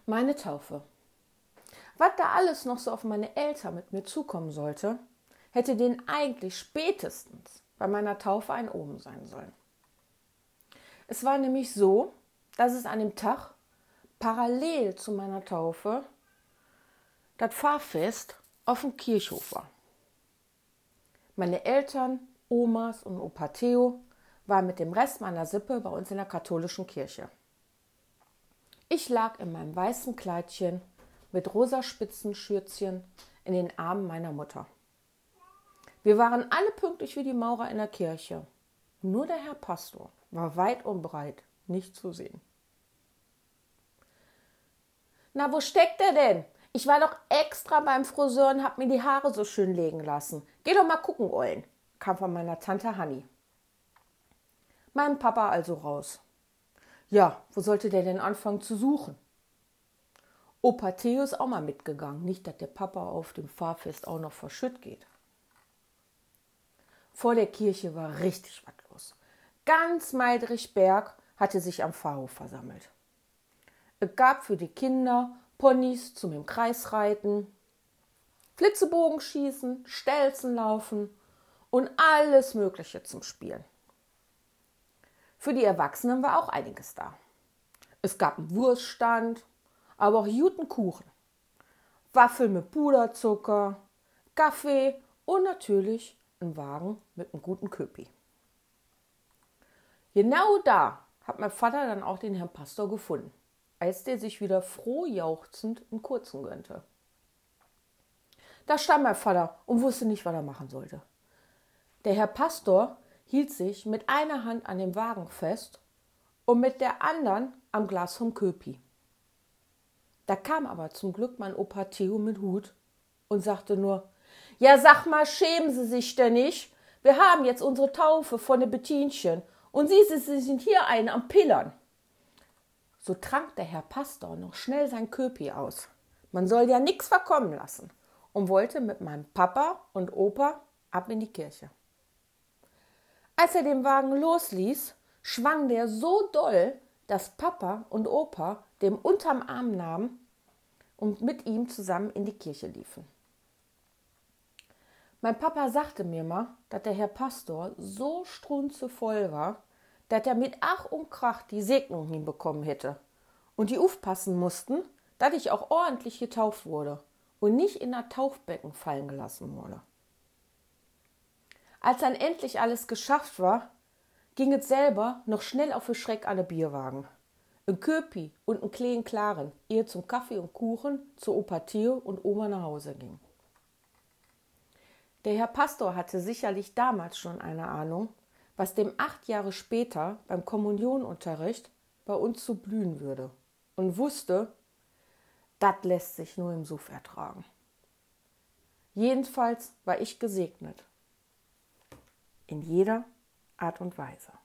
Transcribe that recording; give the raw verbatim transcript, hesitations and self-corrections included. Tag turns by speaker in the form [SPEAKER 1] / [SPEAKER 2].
[SPEAKER 1] Meine Taufe. Was da alles noch so auf meine Eltern mit mir zukommen sollte, hätte denen eigentlich spätestens bei meiner Taufe ein Omen sein sollen. Es war nämlich so, dass es an dem Tag parallel zu meiner Taufe das Pfarrfest auf dem Kirchhof war. Meine Eltern, Omas und Opa Theo waren mit dem Rest meiner Sippe bei uns in der katholischen Kirche. Ich lag in meinem weißen Kleidchen mit rosa Spitzenschürzchen in den Armen meiner Mutter. Wir waren alle pünktlich wie die Maurer in der Kirche. Nur der Herr Pastor war weit und breit nicht zu sehen. Na, wo steckt er denn? Ich war doch extra beim Friseur und hab mir die Haare so schön legen lassen. Geh doch mal gucken, Eulen, kam von meiner Tante Hanni. Mein Papa also raus. Ja, wo sollte der denn anfangen zu suchen? Opa Theo ist auch mal mitgegangen, nicht, dass der Papa auf dem Pfarrfest auch noch verschütt geht. Vor der Kirche war richtig was los. Ganz Meidrichberg hatte sich am Pfarrhof versammelt. Es gab für die Kinder Ponys zum im Kreis reiten, Flitzebogenschießen, Stelzenlaufen und alles Mögliche zum Spielen. Für die Erwachsenen war auch einiges da. Es gab einen Wurststand, aber auch guten Kuchen, Waffeln mit Puderzucker, Kaffee und natürlich einen Wagen mit einem guten Köpi. Genau da hat mein Vater dann auch den Herrn Pastor gefunden, als der sich wieder froh jauchzend einen kurzen gönnte. Da stand mein Vater und wusste nicht, was er machen sollte. Der Herr Pastor hielt sich mit einer Hand an dem Wagen fest und mit der anderen am Glas vom Köpi. Da kam aber zum Glück mein Opa Theo mit Hut und sagte nur: Ja, sag mal, schämen Sie sich denn nicht? Wir haben jetzt unsere Taufe von den Bettinchen und Sie, Sie sind hier einen am Pillern. So trank der Herr Pastor noch schnell sein Köpi aus. Man soll ja nichts verkommen lassen und wollte mit meinem Papa und Opa ab in die Kirche. Als er den Wagen losließ, schwang der so doll, dass Papa und Opa den unterm Arm nahmen und mit ihm zusammen in die Kirche liefen. Mein Papa sagte mir mal, dass der Herr Pastor so strunzevoll war, dass er mit Ach und Krach die Segnung hinbekommen hätte und die aufpassen mussten, dass ich auch ordentlich getauft wurde und nicht in das Taufbecken fallen gelassen wurde. Als dann endlich alles geschafft war, ging es selber noch schnell auf den Schreck an den Bierwagen. Ein Köpi und ein kleinen Klaren, ehe zum Kaffee und Kuchen zu Opa Theo und Oma nach Hause ging. Der Herr Pastor hatte sicherlich damals schon eine Ahnung, was dem acht Jahre später beim Kommunionunterricht bei uns so blühen würde und wusste, das lässt sich nur im Suff ertragen. Jedenfalls war ich gesegnet. In jeder Art und Weise.